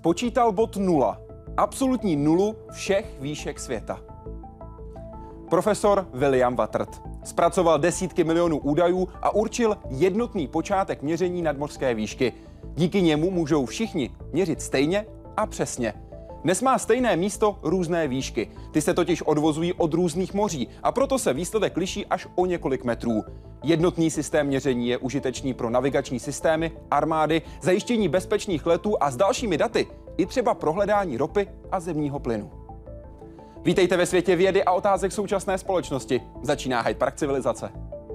Spočítal bod 0. Absolutní nulu všech výšek světa. Profesor William Wattert zpracoval desítky milionů údajů a určil jednotný počátek měření nadmořské výšky. Díky němu můžou všichni měřit stejně a přesně. Dnes má stejné místo různé výšky. Ty se totiž odvozují od různých moří a proto se výsledek liší až o několik metrů. Jednotný systém měření je užitečný pro navigační systémy, armády, zajištění bezpečných letů a s dalšími daty i třeba pro hledání ropy a zemního plynu. Vítejte ve světě vědy a otázek současné společnosti. Začíná Hyde Park civilizace.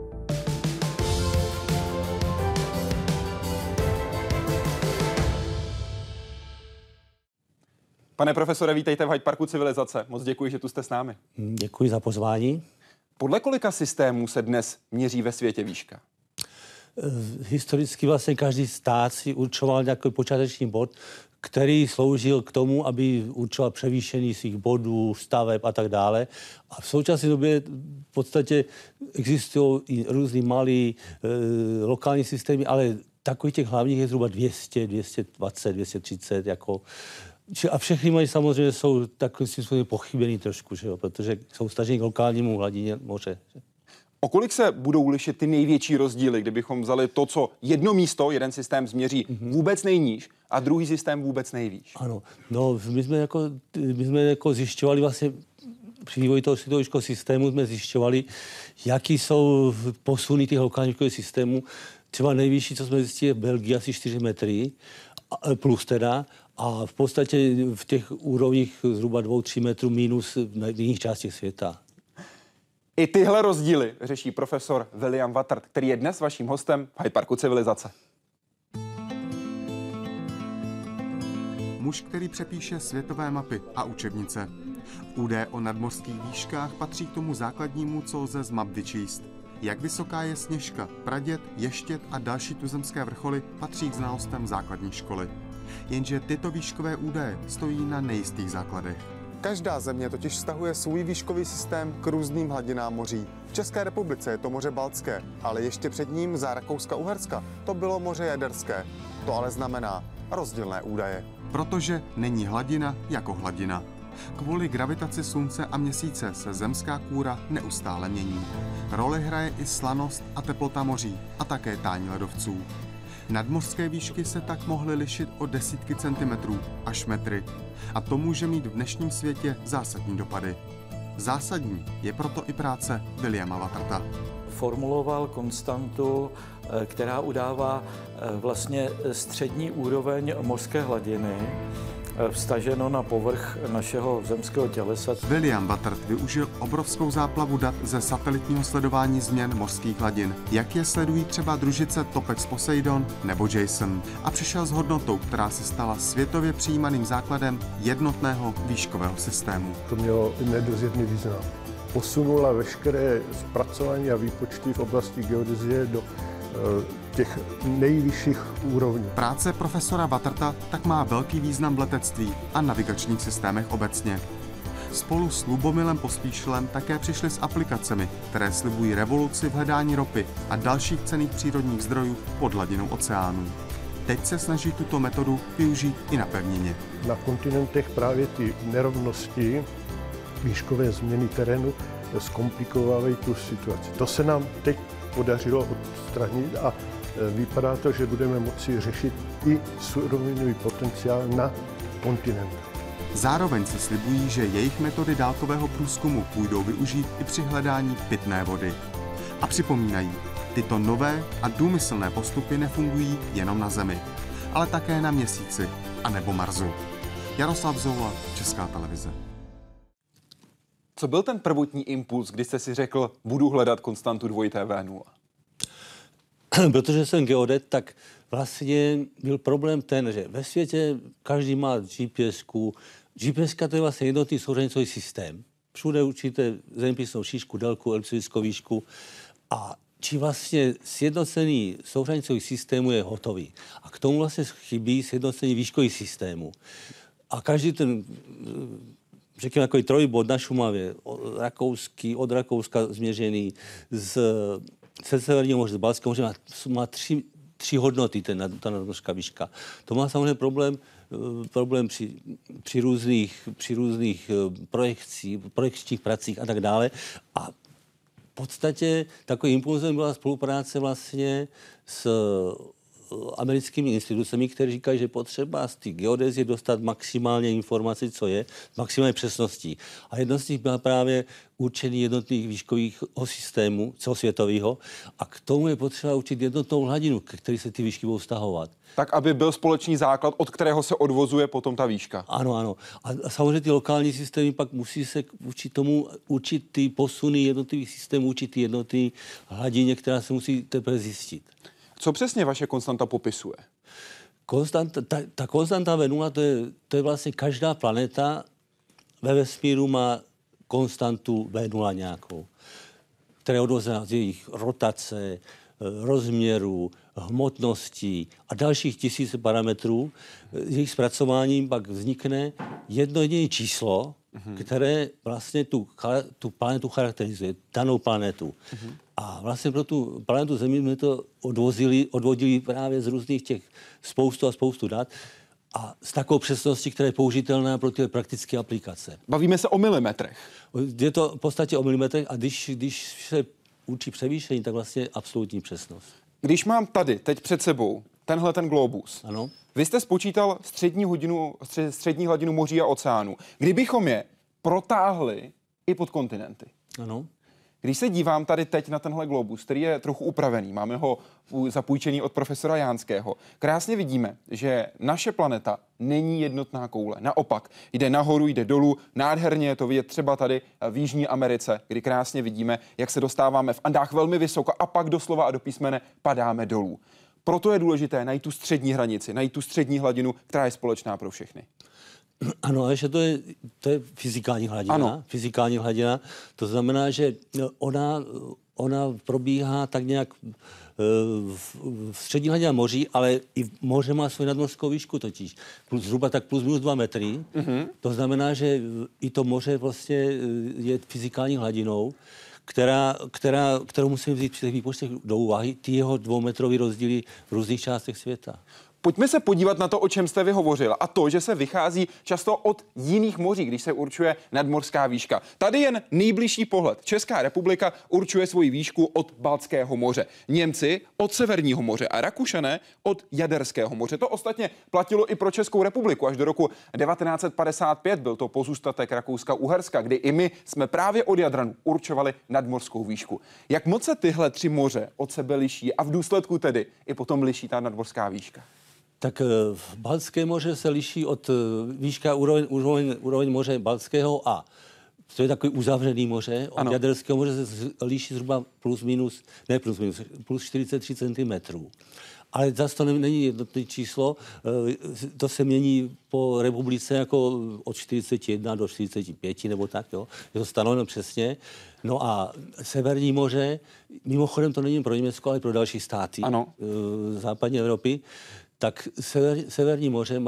Pane profesore, vítejte v Hyde Parku civilizace. Moc děkuji, že tu jste s námi. Děkuji za pozvání. Podle kolika systémů se dnes měří ve světě výška? Historicky vlastně každý stát si určoval nějaký počáteční bod, který sloužil k tomu, aby určoval převýšení svých bodů, staveb a tak dále. A v současné době v podstatě existují i různý malý lokální systémy, ale takových těch hlavních je zhruba 200, 220, 230 jako. A všechny mají samozřejmě jsou takovým způsobem pochybený trošku, že jo? Protože jsou staženi k lokálnímu hladině moře. O kolik se budou lišit ty největší rozdíly, kdybychom vzali to, co jedno místo, jeden systém změří vůbec nejníž a druhý systém vůbec nejvýš? Ano, no my jsme jako zjišťovali vlastně při vývoji toho světového systému jsme zjišťovali, jaký jsou posuny těch lokálních systémů. Třeba nejvyšší, co jsme zjistili, je v Belgii asi 4 metry plus teda. A v podstatě v těch úrovních zhruba 2-3 metrů minus v jiných částech světa. I tyhle rozdíly řeší profesor William Wattert, který je dnes vaším hostem v Hyde Parku civilizace. Muž, který přepíše světové mapy a učebnice. Údaje o nadmořských výškách patří k tomu základnímu, co lze z map vyčíst. Jak vysoká je Sněžka, Praděd, Ještěd a další tuzemské vrcholy patří k znalostem základní školy. Jenže tyto výškové údaje stojí na nejistých základech. Každá země totiž vztahuje svůj výškový systém k různým hladinám moří. V České republice je to moře Baltské, ale ještě před ním za Rakouska-Uherska to bylo moře Jaderské. To ale znamená rozdílné údaje. Protože není hladina jako hladina. Kvůli gravitaci Slunce a Měsíce se zemská kůra neustále mění. Roli hraje i slanost a teplota moří a také tání ledovců. Nadmořské výšky se tak mohly lišit o desítky centimetrů až metry. A to může mít v dnešním světě zásadní dopady. Zásadní je proto i práce Williama Watterta. Formuloval konstantu, která udává vlastně střední úroveň mořské hladiny, vztaženo na povrch našeho zemského tělesa. William Wattert využil obrovskou záplavu dat ze satelitního sledování změn mořských hladin, jak je sledují třeba družice Topex Poseidon nebo Jason, a přišel s hodnotou, která se stala světově přijímaným základem jednotného výškového systému. To mělo nedozírný význam. Posunula veškeré zpracování a výpočty v oblasti geodezie do těch nejvyšších úrovní. Práce profesora Watterta tak má velký význam v letectví a navigačních systémech obecně. Spolu s Lubomilem Pospíšilem také přišli s aplikacemi, které slibují revoluci v hledání ropy a dalších cenných přírodních zdrojů pod hladinou oceánů. Teď se snaží tuto metodu využít i na pevnině. Na kontinentech právě ty nerovnosti, výškové změny terénu zkomplikovávají tu situaci. To se nám teď podařilo odstranit a vypadá to, že budeme moci řešit i surovinový potenciál na kontinentu. Zároveň se slibují, že jejich metody dálkového průzkumu půjdou využít i při hledání pitné vody. A připomínají, tyto nové a důmyslné postupy nefungují jenom na Zemi, ale také na Měsíci a nebo Marsu. Jaroslav Zoula, Česká televize. Co byl ten prvotní impuls, kdy jste si řekl, budu hledat konstantu dvojité V0? Protože jsem geodet, tak vlastně byl problém ten, že ve světě každý má GPS-ku. GPS-ka to je vlastně jednotný souřadnicový systém. Všude určíte zeměpisnou šířku, délku, elipsovickou výšku a či vlastně sjednocený souřadnicový systému je hotový. A k tomu vlastně chybí sjednocený výškový systému. A každý ten řekněme, takový trojbod na Šumavě, od Rakouska změřený, ze Severního moře, z Baltského moře, má 3 tři hodnoty, ta nadmořská výška. To má samozřejmě problém při různých projekčních pracích a tak dále. A v podstatě takovým impulzem byla spolupráce vlastně s americkými institucemi, které říkají, že potřeba z té geodezie dostat maximálně informací, co je, maximálně přesností. A jedno z nich byla právě určení jednotných výškových systémů celosvětového a k tomu je potřeba určit jednotnou hladinu, ke které se ty výšky budou vztahovat. Tak, aby byl společný základ, od kterého se odvozuje potom ta výška. Ano, ano. A samozřejmě ty lokální systémy pak musí se učit ty posuny jednotlivých systémů, učit ty jednotné hladině, která se musí teprve zjistit. Co přesně vaše konstanta popisuje? Ta konstanta V0, to je vlastně každá planeta ve vesmíru má konstantu V0 nějakou, která je odvozená z jejich rotace, rozměru, hmotnosti a dalších tisíce parametrů. S jejich zpracováním pak vznikne jedno jediné číslo, které vlastně tu planetu charakterizuje, danou planetu. A vlastně pro tu planetu Zemi jsme to odvodili právě z různých těch spoustu dat a s takovou přesností, která je použitelná pro ty praktické aplikace. Bavíme se o milimetrech. Je to v podstatě o milimetrech a když se učí převýšení, tak vlastně absolutní přesnost. Když mám tady teď před sebou ten globus, Ano. vy jste spočítal střední hladinu moří a oceánů. Kdybychom je protáhli i pod kontinenty. Ano. Když se dívám tady teď na tenhle globus, který je trochu upravený, máme ho zapůjčený od profesora Jánského, krásně vidíme, že naše planeta není jednotná koule. Naopak, jde nahoru, jde dolů, nádherně je to vidět třeba tady v Jižní Americe, kdy krásně vidíme, jak se dostáváme v Andách velmi vysoko a pak doslova a do písmene padáme dolů. Proto je důležité najít tu střední hranici, najít tu střední hladinu, která je společná pro všechny. Ano, ale že to je fyzikální hladina. Ano. Fyzikální hladina, to znamená, že ona probíhá tak nějak v střední hladině moří, ale i moře má svou nadmořskou výšku totiž. Zhruba tak plus minus 2 metry. To znamená, že i to moře vlastně je fyzikální hladinou, kterou musíme vzít při těch výpočtech do úvahy, ty jeho 2metrový rozdíly v různých částech světa. Pojďme se podívat na to, o čem jste vy hovořil, a to, že se vychází často od jiných moří, když se určuje nadmořská výška. Tady jen nejbližší pohled. Česká republika určuje svoji výšku od Baltského moře, Němci od Severního moře a Rakušané od Jaderského moře. To ostatně platilo i pro Českou republiku. Až do roku 1955 byl to pozůstatek Rakouska-Uherska, kdy i my jsme právě od Jadranu určovali nadmořskou výšku. Jak moc se tyhle tři moře od sebe liší a v důsledku tedy i potom liší ta nadmořská výška? Tak v Baltské moře se liší od výška úroveň moře Baltského a to je takový uzavřený moře. Od Jaderského moře se liší zhruba plus 43 cm. Ale zase to není jednotné číslo, to se mění po republice jako od 41 do 45 nebo tak, jo. Je to stanoveno přesně. No a Severní moře, mimochodem to není pro Německo, ale pro další státy západní Evropy, tak Severní moře,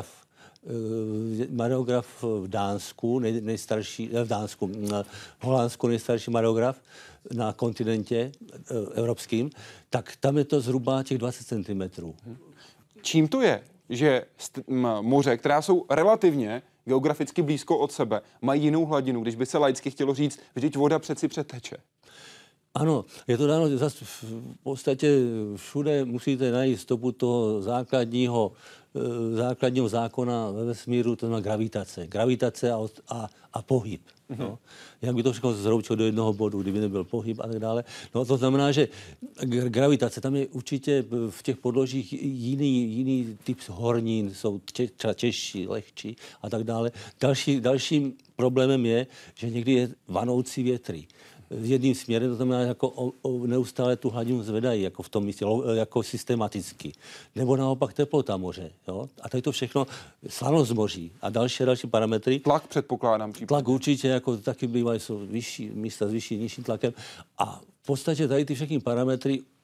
mareograf v Dánsku, nejstarší, v Holandsku nejstarší mareograf na kontinentě evropským, tak tam je to zhruba těch 20 cm. Čím to je, že moře, která jsou relativně geograficky blízko od sebe, mají jinou hladinu, když by se laicky chtělo říct, vždyť voda přeci přeteče? Ano, je to dáno zase v podstatě všude musíte najít stopu toho základního zákona ve vesmíru, to znamená gravitace a pohyb. No. Jak by to všechno zroučilo do jednoho bodu, kdyby nebyl pohyb a tak dále. No to znamená, že gravitace, tam je určitě v těch podložích jiný typ hornin, jsou třeba těžší, lehčí a tak dále. Dalším problémem je, že někdy je vanoucí větry. Jedním směrem, to znamená, jako neustále tu hladinu zvedají, jako v tom místě, jako systematicky. Nebo naopak teplota moře. Jo? A tady to všechno, slanost moří a další parametry. Tlak předpokládám případně. Tlak určitě, jako taky bývají, jsou vyšší, místa s vyšší, nižším tlakem. A v podstatě tady ty všechny parametry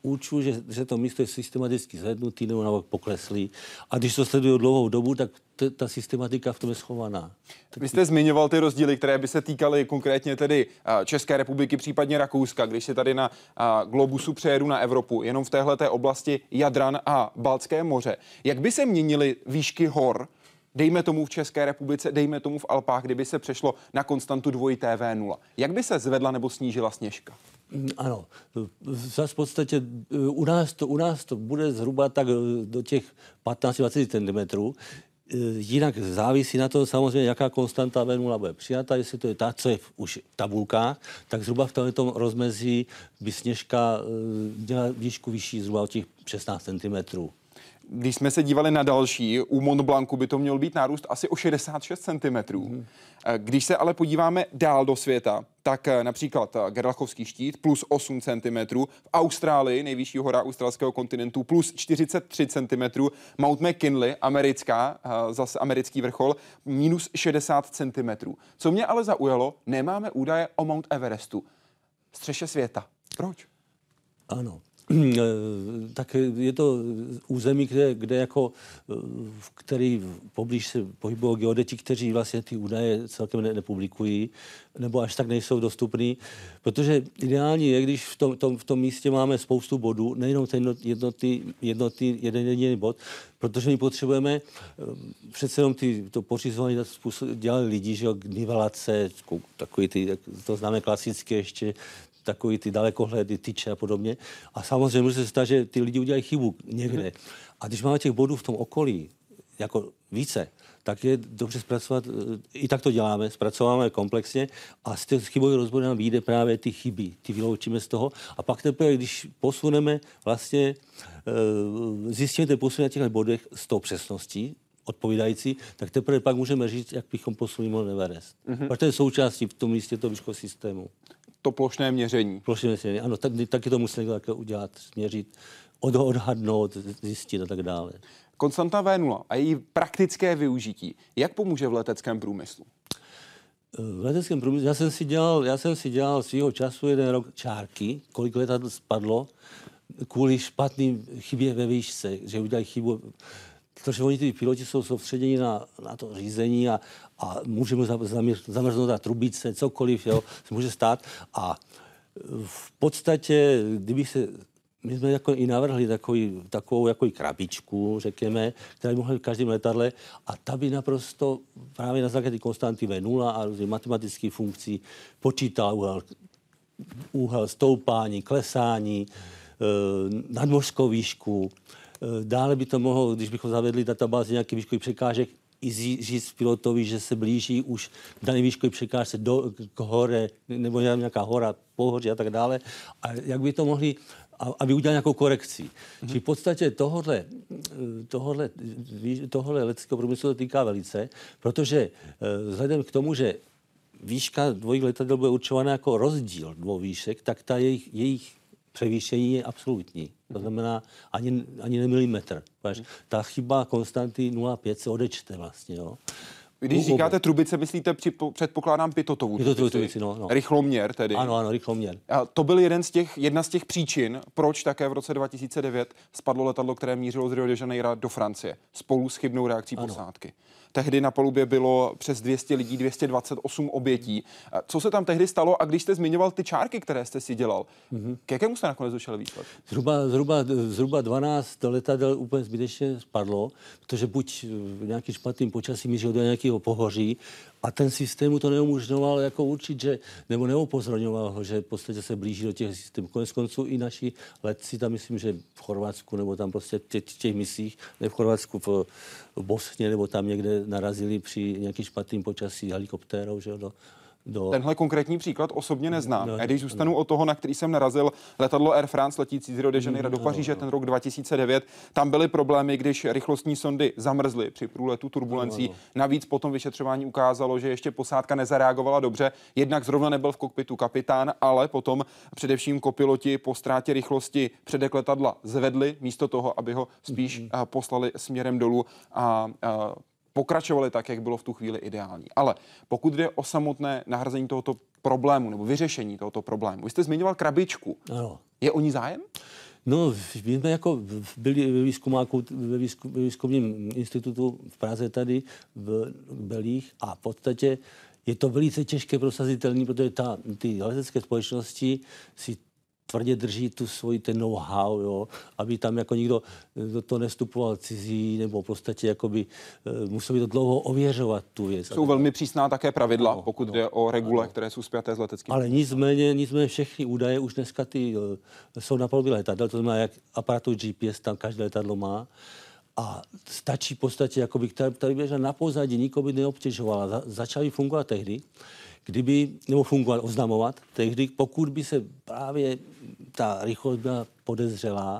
určují, že to místo je systematicky zvednutý nebo naopak pokleslý. A když to sledují dlouhou dobu, tak ta systematika v tom je schovaná. Vy jste zmiňoval ty rozdíly, které by se týkaly konkrétně tedy České republiky, případně Rakouska. Když se tady na globusu přejedu na Evropu, jenom v téhleté oblasti Jadran a Baltské moře, jak by se měnily výšky hor, dejme tomu v České republice, dejme tomu v Alpách, kdyby se přešlo na konstantu dvojité V0? Jak by se zvedla nebo snížila Sněžka? Ano, zase v podstatě u nás to bude zhruba tak do těch 15-20 cm. Jinak závisí na to samozřejmě, jaká konstanta V0 bude přijata. Jestli to je ta, co je už v tabulkách, tak zhruba v tomto rozmezí by Sněžka měla výšku vyšší zhruba o těch 16 cm. Když jsme se dívali na další, u Mont Blancu by to měl být nárůst asi o 66 cm. Když se ale podíváme dál do světa, tak například Gerlachovský štít plus 8 cm, v Austrálii, nejvyšší hora australského kontinentu, plus 43 cm, Mount McKinley, zase americký vrchol, minus 60 cm. Co mě ale zaujalo, nemáme údaje o Mount Everestu, střeše světa. Proč? Ano. Tak je to území, kde jako, v který poblíž se pohybují geodeti, kteří vlastně ty údaje celkem nepublikují, nebo až tak nejsou dostupný, protože ideální je, když v tom místě máme spoustu bodů, nejenom ten jeden jediný bod, protože my potřebujeme přece jenom to pořizování dělali lidi, že jo, nivelace, takový to známe klasicky ještě, takový ty dalekohledy, tyče a podobně. A samozřejmě může se stát, že ty lidi udělají chybu někde. A když máme těch bodů v tom okolí jako více, tak je dobře zpracovat, i tak to děláme, zpracováme komplexně a z těch chybových rozborů nám vyjde právě ty chyby, ty vyloučíme z toho a pak teprve, když posuneme vlastně, zjistíme ten posun na těchto bodech s tou přesností, odpovídající, tak teprve pak můžeme říct, jak bychom posunuli Mount Everest. Protože to je součástí v tom místě toho výškového systému. To plošné měření. Plošné měření, ano, taky to musíme také udělat, změřit, odhadnout, zjistit a tak dále. Konstanta V0 a její praktické využití, jak pomůže v leteckém průmyslu? V leteckém průmyslu, já jsem si dělal svýho času jeden rok čárky, kolik letadel spadlo, kvůli špatným chybě ve výšce, že udělají chybu, protože oni ty piloti jsou soustředěni na to řízení a může mu zamrznout ta trubice, cokoliv, jo, se může stát. A v podstatě, my jsme jako i navrhli takovou jako krabičku, řekněme, která by mohla v každém letadle a ta by naprosto právě na základě konstanty V0 a matematických funkcí počítala úhel stoupání, klesání, nadmořskou výšku. Dále by to mohlo, když bychom zavedli databázi nějakých výškových překážek, i říct pilotovi, že se blíží už daný výškový překážce k hore, nebo nějaká hora, pohoří a tak dále. A jak by to mohli, aby udělali nějakou korekci. Čili v podstatě tohle leteckého průmyslu to týká velice, protože vzhledem k tomu, že výška dvojích letadel bude určována jako rozdíl dvou výšek, tak ta jejich převýšení je absolutní. To znamená ani ne milimetr. Ta chyba konstanty 0,5 se odečte vlastně. Jo. Když říkáte trubice, myslíte, předpokládám Pitotovu trubici, no. Rychloměr tedy. Ano, rychloměr. A to byl jedna z těch příčin, proč také v roce 2009 spadlo letadlo, které mířilo z Rio de Janeiro do Francie, spolu s chybnou reakcí posádky. Tehdy na palubě bylo přes 200 lidí, 228 obětí. Co se tam tehdy stalo? A když jste zmiňoval ty čárky, které jste si dělal, k jakému jste nakonec došel výsledek? Zhruba 12 letadel úplně zbytečně spadlo, protože buď nějaký špatným počasí mířil do nějakého pohoří a ten systém mu to neumožňoval jako určit, že, nebo neupozorňoval ho, že v podstatě se blíží do těch systémů. Konec konců i naši letci, tam myslím, že v Chorvatsku nebo tam prostě v těch misích, ne v Chorvatsku, v Bosně nebo tam někde narazili při nějakým špatným počasí helikoptérou, že Tenhle konkrétní příklad osobně neznám. A když zůstanu od toho, na který jsem narazil, letadlo Air France letící z Rio de Janeiro do Paříže ten rok 2009, tam byly problémy, když rychlostní sondy zamrzly při průletu turbulencí. Navíc potom vyšetřování ukázalo, že ještě posádka nezareagovala dobře. Jednak zrovna nebyl v kokpitu kapitán, ale potom především kopiloti po ztrátě rychlosti předek letadla zvedli, místo toho, aby ho spíš poslali směrem dolů a pokračovali tak, jak bylo v tu chvíli ideální. Ale pokud jde o samotné nahrazení tohoto problému nebo vyřešení tohoto problému, vy jste zmiňoval krabičku. Ano. Je o ní zájem? No, my jsme jako byli ve výzkumném institutu v Praze tady, v Belích, a v podstatě je to velice těžké prosazitelné, protože ty letecké společnosti si tvrdě drží tu svoji ten know-how, jo, aby tam jako nikdo do toho nestupoval cizí, nebo v podstatě jakoby museli to dlouho ověřovat tu věc. Jsou velmi přísná také pravidla, pokud jde o regule, které jsou spjaté s leteckým. Ale nicméně všechny údaje už dneska jsou na palubě letadel, to znamená, jak aparatu GPS tam každé letadlo má. A stačí v podstatě, jakoby, která běžela na pozadí, nikoho by neobtěžovala. Začaly fungovat tehdy, nebo fungovat, oznamovat, tehdy, pokud by se právě ta rychlost byla podezřelá,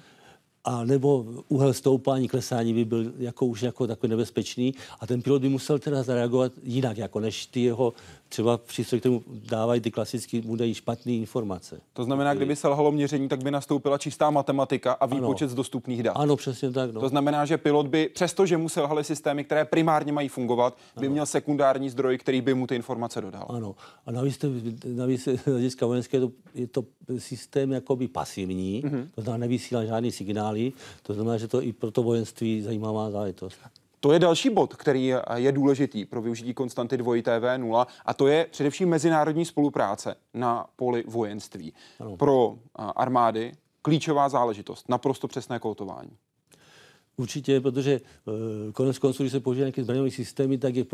a nebo úhel stoupání, klesání by byl už takový nebezpečný a ten pilot by musel teda zareagovat jinak, jako než ty jeho třeba přístroj, kterému dávají ty klasické, mu dají špatné informace. To znamená, kdyby selhalo měření, tak by nastoupila čistá matematika a výpočet z dostupných dat. Ano, přesně tak. No. To znamená, že pilot by, přestože mu selhaly systémy, které primárně mají fungovat, by měl sekundární zdroj, který by mu ty informace dodal. Ano. A navíc z hlediska vojenské je to systém jakoby pasivní, to znamená nevysílá žádný signály, to znamená, že to i pro to vojenství zajímavá záležitost. To je další bod, který je důležitý pro využití konstanty 2TV0 a to je především mezinárodní spolupráce na poli vojenství. Ano. Pro armády klíčová záležitost, naprosto přesné kódování. Určitě, protože konec konců, když se použije nějaké zbraňové systémy, tak je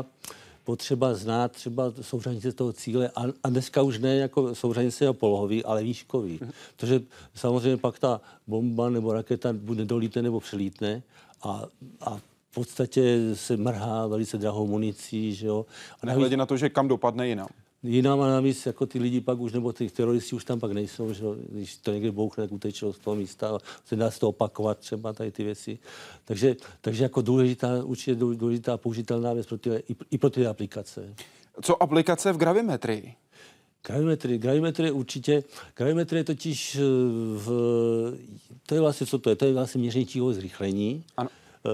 potřeba znát třeba souřadnice toho cíle a dneska už ne jako souřadnice polohový, ale výškový. Protože samozřejmě pak ta bomba nebo raketa buď nedolítne nebo přelítne a v podstatě se mrhá velice drahou municí, že jo. Nehledě na to, že kam dopadne jinam. Jinam a navíc jako ty lidi pak už, nebo ty teroristi už tam pak nejsou, že když to někde bouchne, tak utečou z toho místa a se dá se to opakovat třeba tady ty věci. Takže jako určitě důležitá použitelná věc pro ty aplikace. Co aplikace v gravimetrii? Gravimetrie určitě. Gravimetrie totiž to je vlastně, co to je? To je vlastně měření tíhového zrychlení. Ano.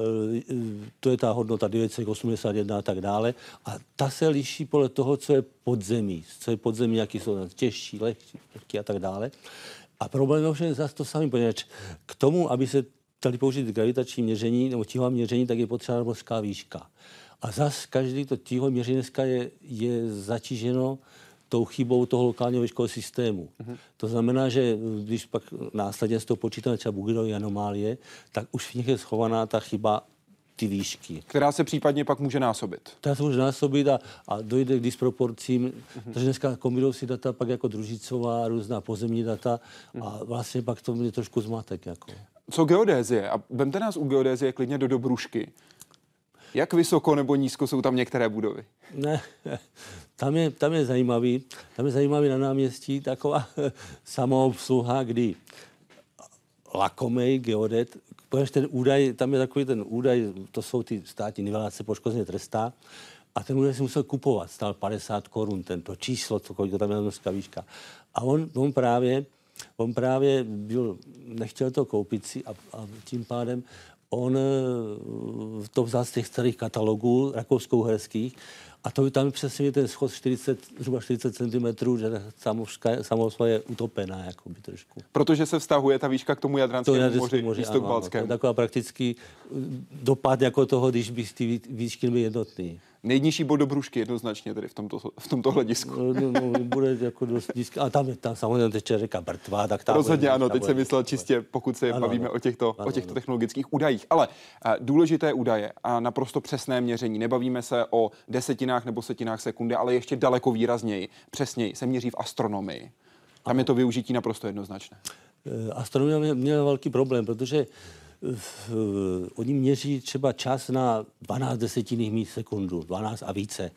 To je ta hodnota 981 a tak dále. A ta se liší podle toho, co je podzemí. Co je podzemí, jaký jsou těžší, lehký a tak dále. A problém je zase to samý, protože k tomu, aby se dali použít gravitační měření nebo tíhové měření, tak je potřeba morská výška. A zase každý to tíhové měření dneska je zatíženo tou chybou toho lokálního výškového systému. To znamená, že když pak následně z toho počítáme třeba Bouguerovy anomálie, tak už v nich je schovaná ta chyba ty výšky. Která se případně pak může násobit. Ta se může násobit a dojde k disproporcím. Takže dneska kombinují si data pak jako družicová, různá pozemní data a vlastně pak to je trošku zmatek. Jako. Co geodézie? A vemte nás u geodézie klidně do Dobrušky. Jak vysoko nebo nízko jsou tam některé budovy? Ne, tam je zajímavý na náměstí taková samoobsluha, kdy lakomej geodet, protože ten údaj, tam je takový ten údaj, to jsou ty státní nivelace poškozeně trestá, a ten údaj si musel kupovat, stál 50 korun, to číslo, kolik to tam je morská výška. A on právě nechtěl to koupit si a tím pádem on to vzal z těch starých katalogů rakousko-uherských a to tam přesně ten schod zhruba 40 cm, že samospá je utopená jakoby trošku. Protože se vztahuje ta výška k tomu Jadranskému moři, místo k Baltskému. To je taková praktický dopad jako toho, když by ty výšky byly jednotný. Nejnižší bod Dobrušky jednoznačně tedy v tomto hledisku. No, bude jako dost nízký. A tam samozřejmě teče řeka Brtva, tak tam rozhodně ano, teď jsem myslel čistě, pokud se bavíme o těchto technologických údajích. Ale důležité údaje a naprosto přesné měření. Nebavíme se o desetinách nebo setinách sekundy, ale ještě daleko výrazněji, přesněji se měří v astronomii. Tam je to využití naprosto jednoznačné. Astronomie měla velký problém, protože oni měří třeba čas na 12 desetinných míst sekundu, 12 a více.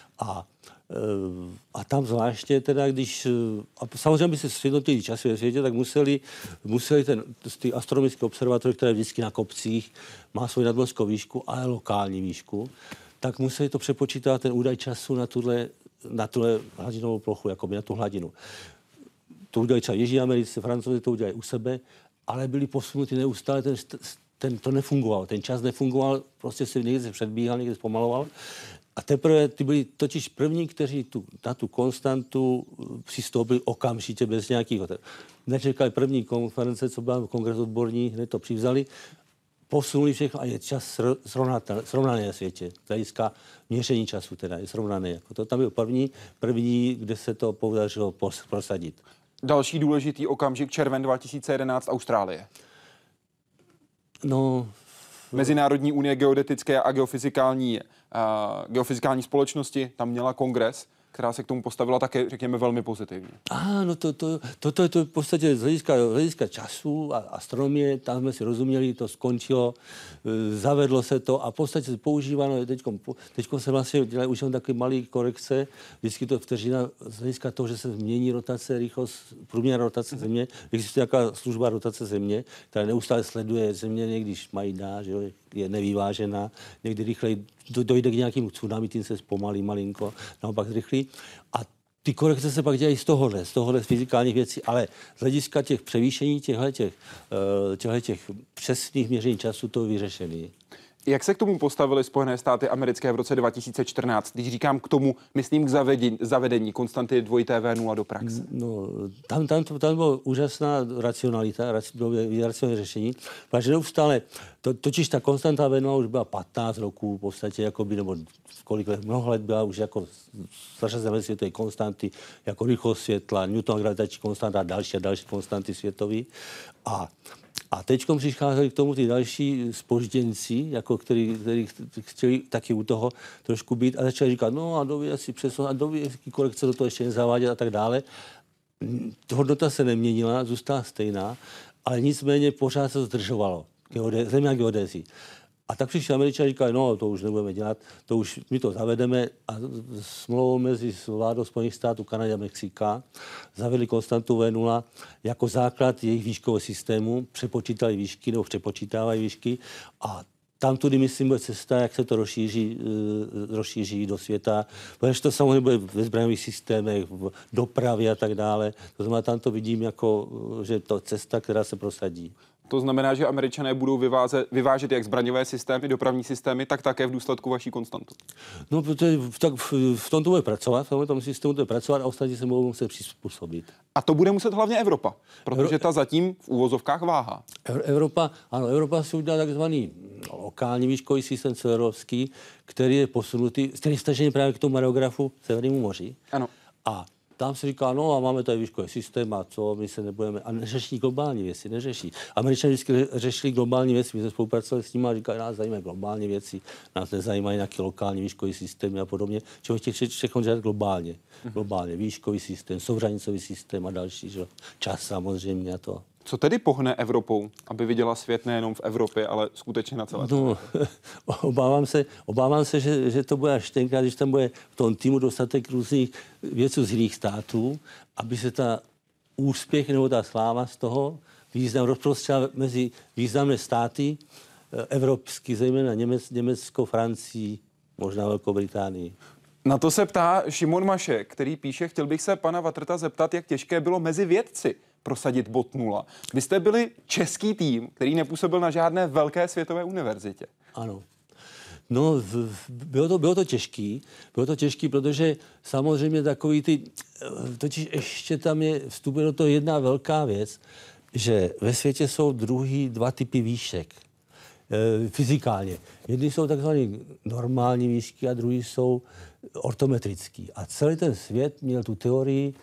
A tam zvláště teda, když... A samozřejmě, by se sjednotili časy ve světě, tak museli ty astronomické observatory, které vždycky na kopcích má svou nadmořskou výšku, ale lokální výšku, tak museli to přepočítat ten údaj času na tuhle hladinovou plochu, jakoby na tu hladinu. To udělají třeba Jižní Americe, Francouzi to udělají u sebe, ale byli posunuti neustále, to nefungovalo, ten čas nefungoval, prostě se někde předbíhal, někde zpomaloval. A teprve ty byli totiž první, kteří na tu konstantu přistoupili okamžitě bez nějakých... Nečekali první konference, co byla kongres odborní, hned to přivzali, posunuli všechno a je čas srovnaný na světě. Hlediska měření času teda je srovnaný. Jako to tam byl první, kde se to podařilo prosadit. Další důležitý okamžik, červen 2011, Austrálie. No... Mezinárodní unie geodetické a geofyzikální společnosti tam měla kongres, která se k tomu postavila také, řekněme, velmi pozitivně. No to je to v podstatě z hlediska času a astronomie, tam jsme si rozuměli, to skončilo, zavedlo se to a v podstatě se používáno, teďko se vlastně dělají už jen takové malé korekce, vždycky to vteřina z hlediska toho, že se změní rotace, rychlost, průměrná rotace Země, existuje nějaká služba rotace Země, která neustále sleduje Země, někdy mají že jo, je nevyvážená, někdy rychleji dojde k nějakému tsunami, tím se zpomalí malinko, naopak zrychlí. A ty korekce se pak dělají z tohohle fyzikálních věcí, ale z hlediska těch převýšení, těch přesných měření času to je vyřešený. Jak se k tomu postavily Spojené státy americké v roce 2014? Když říkám k tomu, myslím k zavedení konstanty 2TV0 do praxe. No, tam byla úžasná racionalita, racionální řešení, protože neustále, totiž ta konstanta V0 už byla 15 roků v podstatě, jakoby, nebo kolik let, mnoho let byla už jako zařazené světové konstanty, jako rychlost světla, Newtonova gravitační konstanta a další konstanty světové. A teď přicházeli k tomu ty další zpožděnci, jako který chtěli taky u toho trošku být a začali říkat, no a doví asi přesun, a doví, jaký korekce do toho ještě nezavádět a tak dále. Hodnota se neměnila, zůstala stejná, ale nicméně pořád se to zdržovalo. Země a geodézii. A tak přišli Američané a říkali, no to už nebudeme dělat, to už my to zavedeme a smlouvou mezi vládou Spojených států, Kanady a Mexika zavedli konstantu V0 jako základ jejich výškového systému, přepočítali výšky nebo přepočítávají výšky a tam tudy, myslím, bude cesta, jak se to rozšíří do světa, protože to samozřejmě bude ve zbraňových systémech, v dopravě a tak dále. To znamená, tam to vidím jako, že to je cesta, která se prosadí. To znamená, že Američané budou vyvážet jak zbraňové systémy, dopravní systémy, tak také v důsledku vaší konstantu. No, protože v tom to bude pracovat, v tom systému to bude pracovat a ostatní se mohou muset přizpůsobit. A to bude muset hlavně Evropa, protože ta zatím v úvozovkách váhá. Evropa si udělala takzvaný lokální výškový systém celoevropský, který je posunutý, který je stažený právě k tomu mareografu Severnímu moři. Ano. A tam se říká, no a máme tady výškový systém a co, my se nebudeme, a neřeší globální věci, neřeší. Američané vždycky řešili globální věci, my jsme spolupracovali s nimi a říkali, nás zajímají globální věci, nás nezajímají nějaké lokální výškový systémy a podobně, čeho chtějí všechno dělat globálně. Globálně, výškový systém, souřadnicový systém a další, že? Čas samozřejmě a to. Co tedy pohne Evropou, aby viděla svět nejenom v Evropě, ale skutečně na celé světě? Obávám se, že to bude až tenkrát, když tam bude v tom týmu dostatek různých věců z jiných států, aby se ta úspěch nebo ta sláva z toho význam rozprostřela mezi významné státy evropský, zejména Německo, Francii, možná Velkou Británii. Na to se ptá Šimon Mašek, který píše, chtěl bych se pana Watrta zeptat, jak těžké bylo mezi vědci prosadit bod 0. Vy jste byli český tým, který nepůsobil na žádné velké světové univerzitě. Ano. No, bylo to těžký, protože samozřejmě takový totiž ještě tam vstupuje do toho jedna velká věc, že ve světě jsou dva typy výšek. Fyzikálně. Jedni jsou takzvané normální výšky a druhý jsou ortometrický. A celý ten svět měl tu teorii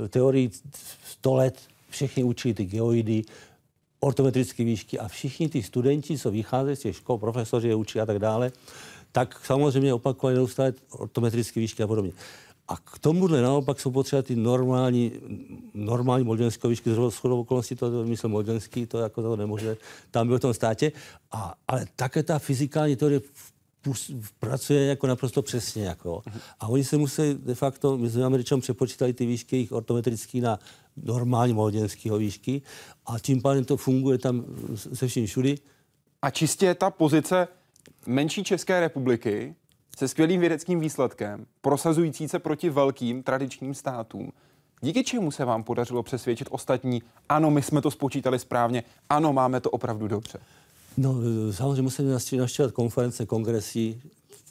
100 let, všichni učili ty geoidy, ortometrické výšky a všichni ty studenti, co vycházejí z těch škol, profesoři je učí a tak dále, tak samozřejmě opakovali neustále ortometrické výšky a podobně. A k tomuhle naopak jsou potřeba ty normální moldenské výšky, z shodou okolností to myslím moldenský, to jako to nemůže tam byl v tom státě, ale také ta fyzikální teorie pracuje jako naprosto přesně. Jako. A oni se musí de facto, my jsme Američanům přepočítali ty výšky jejich ortometrický na normální moldenského výšky a tím pádem to funguje tam se vším všudy. A čistě ta pozice menší České republiky se skvělým vědeckým výsledkem, prosazující se proti velkým tradičním státům. Díky čemu se vám podařilo přesvědčit ostatní, ano, my jsme to spočítali správně, ano, máme to opravdu dobře? No, samozřejmě musíme navštěvovat konference, kongresy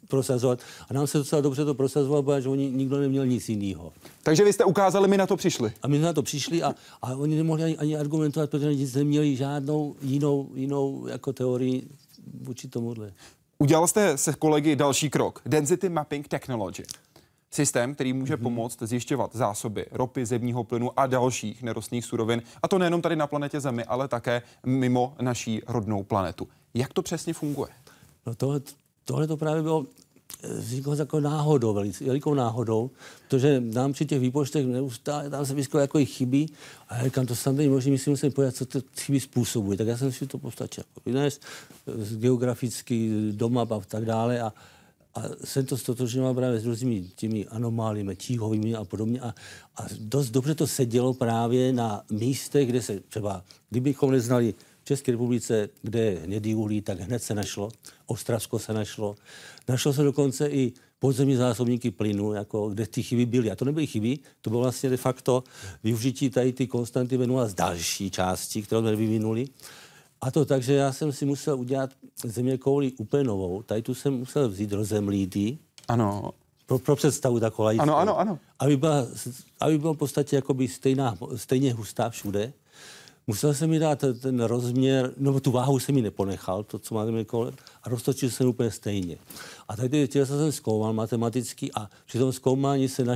prosazovat. A nám se docela dobře to prosazovalo, protože oni nikdo neměl nic jiného. Takže vy jste ukázali, my na to přišli. A my jsme na to přišli a oni nemohli ani argumentovat, protože nic neměli žádnou jinou jako teorii vůči tomuhle. Udělal jste se kolegy další krok. Density Mapping Technology. Systém, který může pomoct zjišťovat zásoby ropy, zemního plynu a dalších nerostných surovin. A to nejenom tady na planetě Zemi, ale také mimo naší rodnou planetu. Jak to přesně funguje? No tohle to právě bylo vzniklo jako náhodou, velikou náhodou, protože nám při těch výpočtech neustále tam se vyskytlo jako jich chybí a já říkám, to snad není možný, my si musíme podívat, co ty chyby způsobuje. Tak já jsem si to postačil vynést geograficky do map a tak dále a jsem to stotožňoval právě s různými těmi anomáliemi, tíhovými a podobně a dost dobře to sedělo právě na místech, kde se třeba, kdybychom neznali v České republice, kde je hnědý uhlí, tak hned se našlo, Ostravsko se našlo. Našlo se dokonce i podzemní zásobníky plynu, jako kde ty chyby byly. A to nebyly chyby, to bylo vlastně de facto využití tady ty konstanty venula z další části, kterou jsme vyvinuli. A to tak, že já jsem si musel udělat zeměkouli úplně novou. Tady tu jsem musel vzít rozemlítý. Ano. Pro představu takovou laickou. Ano. Aby byla v podstatě jakoby stejně hustá všude. Musel jsem mi dát ten rozměr, no tu váhu jsem mi neponechal, to, co máte kolem, a roztočil jsem úplně stejně. A tady jsem zkoumal matematicky a při tom zkoumání se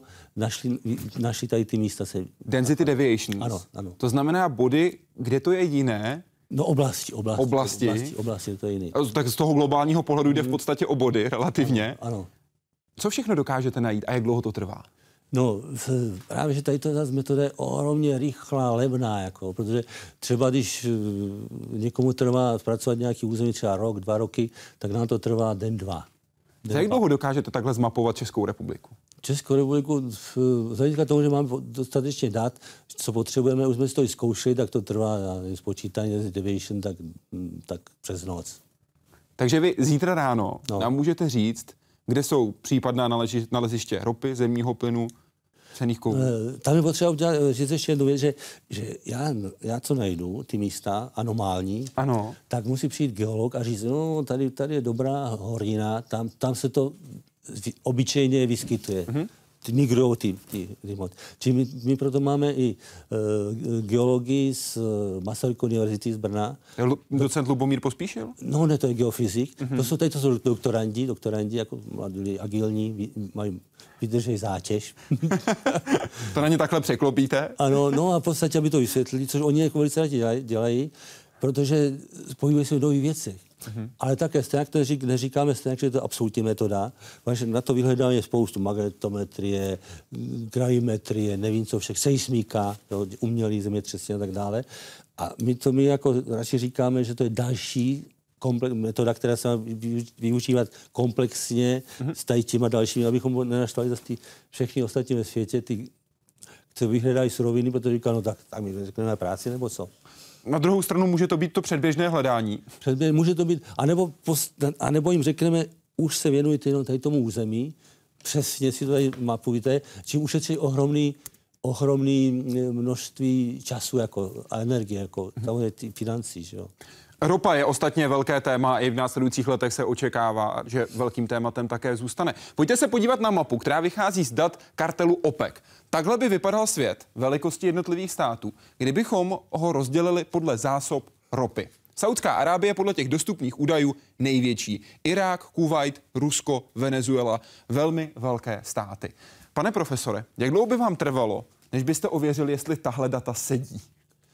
našli tady ty místa. Density deviations. Ano. To znamená body, kde to je jiné. No oblasti, to je jiný. Tak z toho globálního pohledu jde v podstatě o body relativně. Ano. Co všechno dokážete najít a jak dlouho to trvá? No, právě, že tady to zase metoda je ohromně rychlá, levná, jako, protože třeba když někomu trvá zpracovat nějaký území třeba rok, 2 roky, tak nám to trvá den, dva. Za jak dlouho dokážete takhle zmapovat Českou republiku? Českou republiku, z hlediska toho, že máme dostatečně dat, co potřebujeme, už jsme si to i zkoušeli, tak to trvá spočítání deviation, tak přes noc. Takže vy zítra ráno nám můžete říct, kde jsou případná naleziště ropy, zemního plynu, cenných kovů? Tam je potřeba říct ještě jednu věc, že já co najdu, ty místa anomální, ano. Tak musí přijít geolog a říct, no tady je dobrá hornina, tam se to obyčejně vyskytuje. Mm-hmm. Ty Čili my proto máme i geologii z Masarykovy univerzity z Brna. Docent Lubomír Pospíšil? No ne, to je geofyzik. Mm-hmm. To jsou doktorandi, jako mladí, agilní, vydržej zátěž. To na ně takhle překlopíte? Ano, no a v podstatě, aby to vysvětlili, což oni jako velice rádi dělají, protože pohybují se v nových věcech. Mm-hmm. Ale také stejně, neříkáme stejně, že to je absolutní metoda, protože na to vyhledávání je spoustu magnetometrie, gravimetrie, nevím co všech, seismika, umělý zemětřesení a tak dále. A my jako radši říkáme, že to je další metoda, která se má využívat komplexně s tady těma dalšími, abychom nenaštvali zase všechny ostatní ve světě, co vyhledají suroviny, protože říká, no tak my řekneme práci nebo co. Na druhou stranu může to být to předběžné hledání. Může to být, anebo jim řekneme, už se věnujte jenom tady tomu území, přesně si to tady mapujte, čím ušetří ohromný množství času a energie, samozřejmě financí, že jo. Ropa je ostatně velké téma, i v následujících letech se očekává, že velkým tématem také zůstane. Pojďte se podívat na mapu, která vychází z dat kartelu OPEC. Takhle by vypadal svět velikosti jednotlivých států, kdybychom ho rozdělili podle zásob ropy. Saudská Arábie je podle těch dostupných údajů největší. Irák, Kuvajt, Rusko, Venezuela, velmi velké státy. Pane profesore, jak dlouho by vám trvalo, než byste ověřili, jestli tahle data sedí?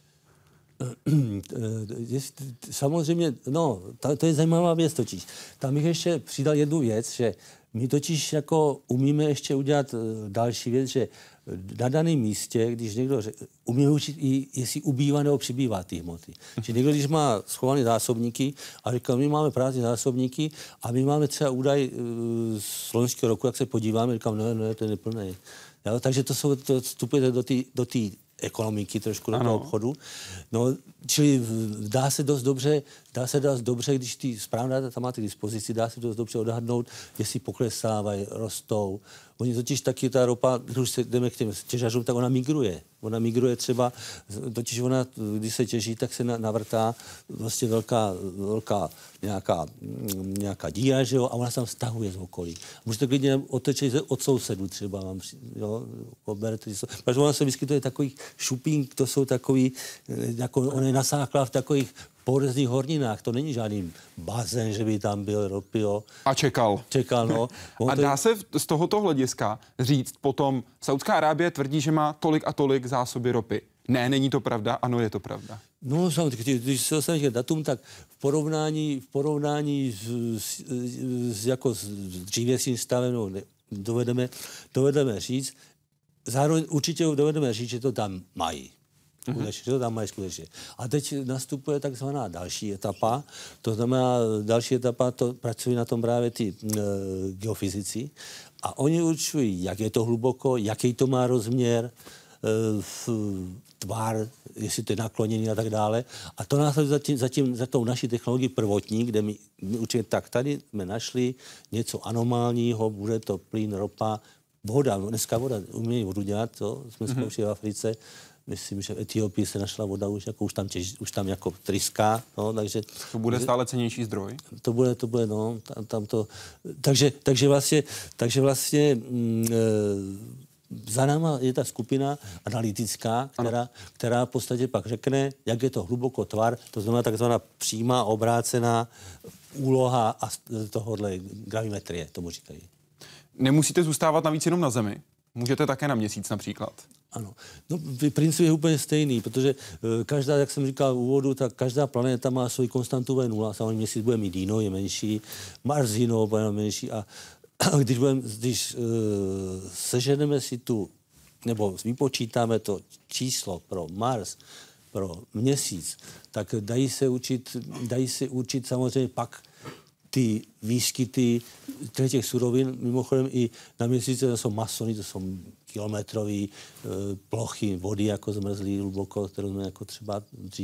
Samozřejmě, no, to je zajímavá věc totiž. Tam bych ještě přidal jednu věc, že my totiž jako umíme ještě udělat další věc, že na daném místě, když někdo umí učit i jestli ubývá nebo přibývá ty hmoty. Či někdo, když má schované zásobníky a říká, my máme prázdné zásobníky a my máme třeba údaj z loňského roku, jak se podíváme, říkám, ne, to je neplné. Takže to vstupujete do té ekonomiky, trošku do toho obchodu. No, čili dá se dost dobře, když ty správná data máte k dispozici, dá se dost dobře odhadnout, jestli poklesávají, rostou, Oni totiž taky ta ropa, když se jdeme k těm těžařům, tak ona migruje. Ona migruje třeba, totiž ona, když se těží, tak se navrtá vlastně velká nějaká díra, že jo, a ona se tam stahuje z okolí. Můžete klidně otečet od sousedů třeba, jo, protože ona se vyskytuje takových šupín, to jsou takový, jako on je nasáklá v takových porezných horninách, to není žádný bazén, že by tam byl ropy, jo. A čekal. Čekal, no. A dá se z tohoto hlediska říct potom, Saudská Arábie tvrdí, že má tolik a tolik zásoby ropy. Ne, není to pravda, ano, je to pravda. No, když se dostaneme k datum, tak v porovnání s dřívějším stavem, no, dovedeme říct, zároveň určitě dovedeme říct, že to tam mají. Skutečně, že to tam mají skutečně. A teď nastupuje takzvaná další etapa. To znamená, další etapa, to pracují na tom právě ty geofyzici. A oni určují, jak je to hluboko, jaký to má rozměr, tvar, jestli to je nakloněný a tak dále. A to následuje za tou naší technologií prvotní, kde my určitě tak, tady jsme našli něco anomálního, bude to plyn, ropa, voda. Dneska voda, umějí vodu dělat, to jsme zkoušeli v Africe. Myslím, že v Etiopii se našla voda už tam jako tryská, no, takže... To bude stále cennější zdroj? To bude, no, tam to... Takže vlastně za náma je ta skupina analytická, která v podstatě pak řekne, jak je to hluboko tvar, to znamená takzvaná přímá obrácená úloha a tohohle gravimetrie, tomu říkají. Nemusíte zůstávat navíc jenom na Zemi. Můžete také na Měsíc například. Ano. No, princip je úplně stejný, protože každá, jak jsem říkal v úvodu, tak každá planeta má svoji konstantu V0. Samozřejmě Měsíc bude mít jinou, je menší, Mars jinou, bude menší a když seženeme si nebo vypočítáme to číslo pro Mars, pro Měsíc, tak dají se určit samozřejmě pak ty výskyty těch surovin, mimochodem i na Měsíci to jsou masony, to jsou kilometrové plochy vody, jako zmrzlý hluboko, kterou jsme jako třeba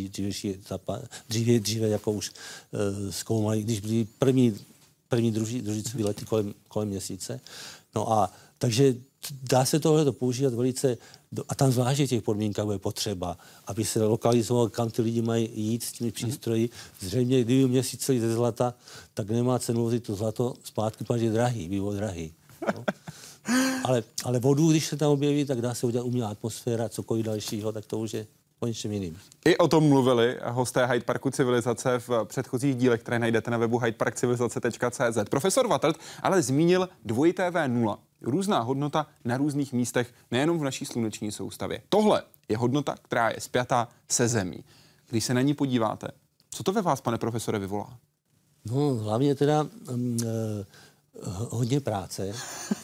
dříve jako už zkoumali, když byly první družicové lety kolem Měsíce. No a takže dá se tohle používat velice, a tam zvláště v těch podmínkách bude potřeba, aby se lokalizoval, kam ty lidi mají jít s těmi přístroji. Zřejmě, kdyby Měsíc celý ze zlata, tak nemá cenu vozit to zlato zpátky, protože je drahý, by bylo drahý. No. Ale vodu, když se tam objeví, tak dá se udělat umělá atmosféra, cokoliv dalšího, tak to už je o něčem jiným. I o tom mluvili hosté Hyde Parku civilizace v předchozích dílech, které najdete na webu hydeparkcivilizace.cz. Profesor Vattelt ale zmínil dvojité V0. Různá hodnota na různých místech, nejenom v naší sluneční soustavě. Tohle je hodnota, která je spjatá se Zemí. Když se na ní podíváte, co to ve vás, pane profesore, vyvolá? No, hlavně teda hodně práce.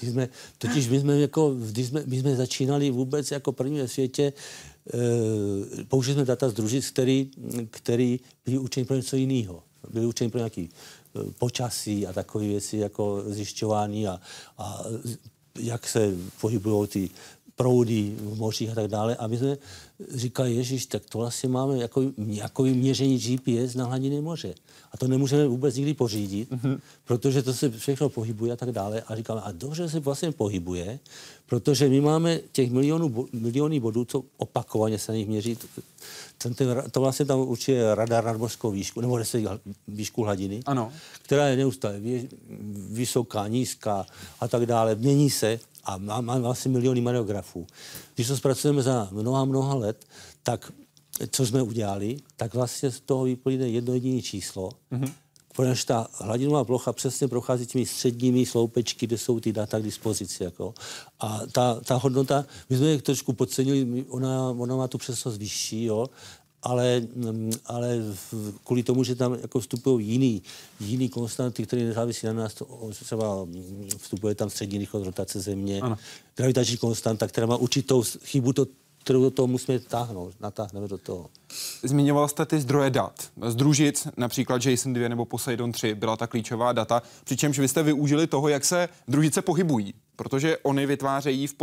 My jsme začínali vůbec jako první ve světě, použili jsme data z družic, který byly určeny pro něco jiného. Byly určeny pro nějaký počasí a takové věci jako zjišťování a jak se pohybují ty proudy v mořích a tak dále. A my jsme říkali, ježiš, tak to vlastně máme jako měření GPS na hladině moře. A to nemůžeme vůbec nikdy pořídit, protože to se všechno pohybuje a tak dále. A říkáme, a dobře se vlastně pohybuje, protože my máme těch miliony bodů, co opakovaně se na nich měří. To vlastně tam určitě radar nad mořskou výšku, nebo výšku hladiny, ano, která je neustále vysoká, nízká a tak dále. Mění se a máme vlastně miliony mareografů. Když to zpracujeme za mnoha let, tak co jsme udělali, tak vlastně z toho vyplyne jedno jediné číslo, protože ta hladinová plocha přesně prochází těmi středními sloupečky, kde jsou ty data k dispozici. Jako. A ta hodnota, my jsme je trošku podcenili, ona má tu přesnost vyšší, jo, ale kvůli tomu, že tam jako vstupují jiný konstanty, které nezávisí na nás, třeba vstupuje tam střední rychlost rotace Země, gravitační konstanta, která má určitou chybu, kterou do toho musíme natáhneme do toho. Zmiňoval jste ty zdroje dat. Z družic, například Jason 2 nebo Poseidon 3, byla ta klíčová data, přičemž vy jste využili toho, jak se družice pohybují, protože oni vytváří v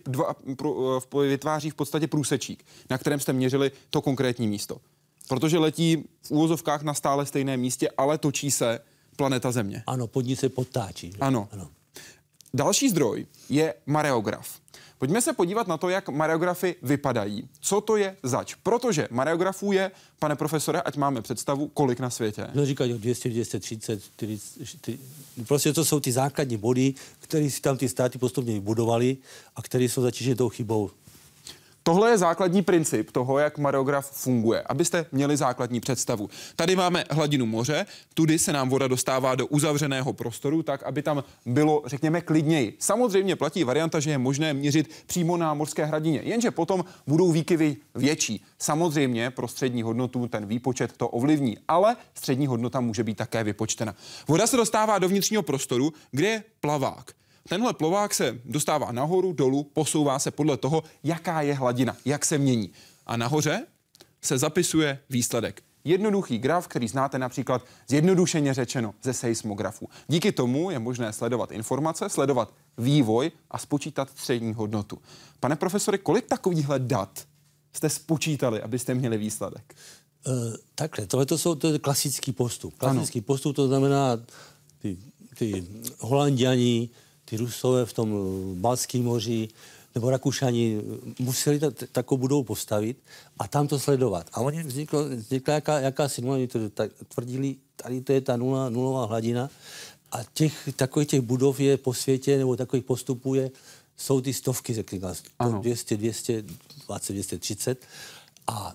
podstatě průsečík, na kterém jste měřili to konkrétní místo. Protože letí v úvozovkách na stále stejném místě, ale točí se planeta Země. Ano, pod ní se potáčí. Ano. Další zdroj je mareograf. Pojďme se podívat na to, jak mareografy vypadají. Co to je zač? Protože mareografů je, pane profesore, ať máme představu, kolik na světě? No říkají 200, 230, 40, prostě to jsou ty základní body, které si tam ty státy postupně vybudovali a které jsou zatíženy tou chybou. Tohle je základní princip toho, jak mareograf funguje, abyste měli základní představu. Tady máme hladinu moře, tudy se nám voda dostává do uzavřeného prostoru, tak aby tam bylo, řekněme, klidněji. Samozřejmě platí varianta, že je možné měřit přímo na mořské hladině, jenže potom budou výkyvy větší. Samozřejmě pro střední hodnotu ten výpočet to ovlivní, ale střední hodnota může být také vypočtena. Voda se dostává do vnitřního prostoru, kde je plavák. Tenhle plovák se dostává nahoru, dolů, posouvá se podle toho, jaká je hladina, jak se mění. A nahoře se zapisuje výsledek. Jednoduchý graf, který znáte například zjednodušeně řečeno ze seismografu. Díky tomu je možné sledovat informace, sledovat vývoj a spočítat střední hodnotu. Pane profesore, kolik takovýchhle dat jste spočítali, abyste měli výsledek? Takhle, to je klasický postup. Klasický postup, to znamená ty Holanďani, ty Rusové v tom Baltském moři nebo Rakušani museli takovou budovu postavit a tam to sledovat. A oni vznikla jakási nula, oni to tvrdili, tady to je ta nulová hladina a takových těch budov je po světě, nebo takových postupů jsou ty stovky, řekněme, 200, 220, 230 a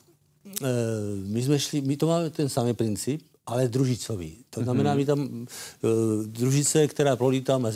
my to máme ten samý princip, ale družicový. To znamená, my tam družice, která prolítáme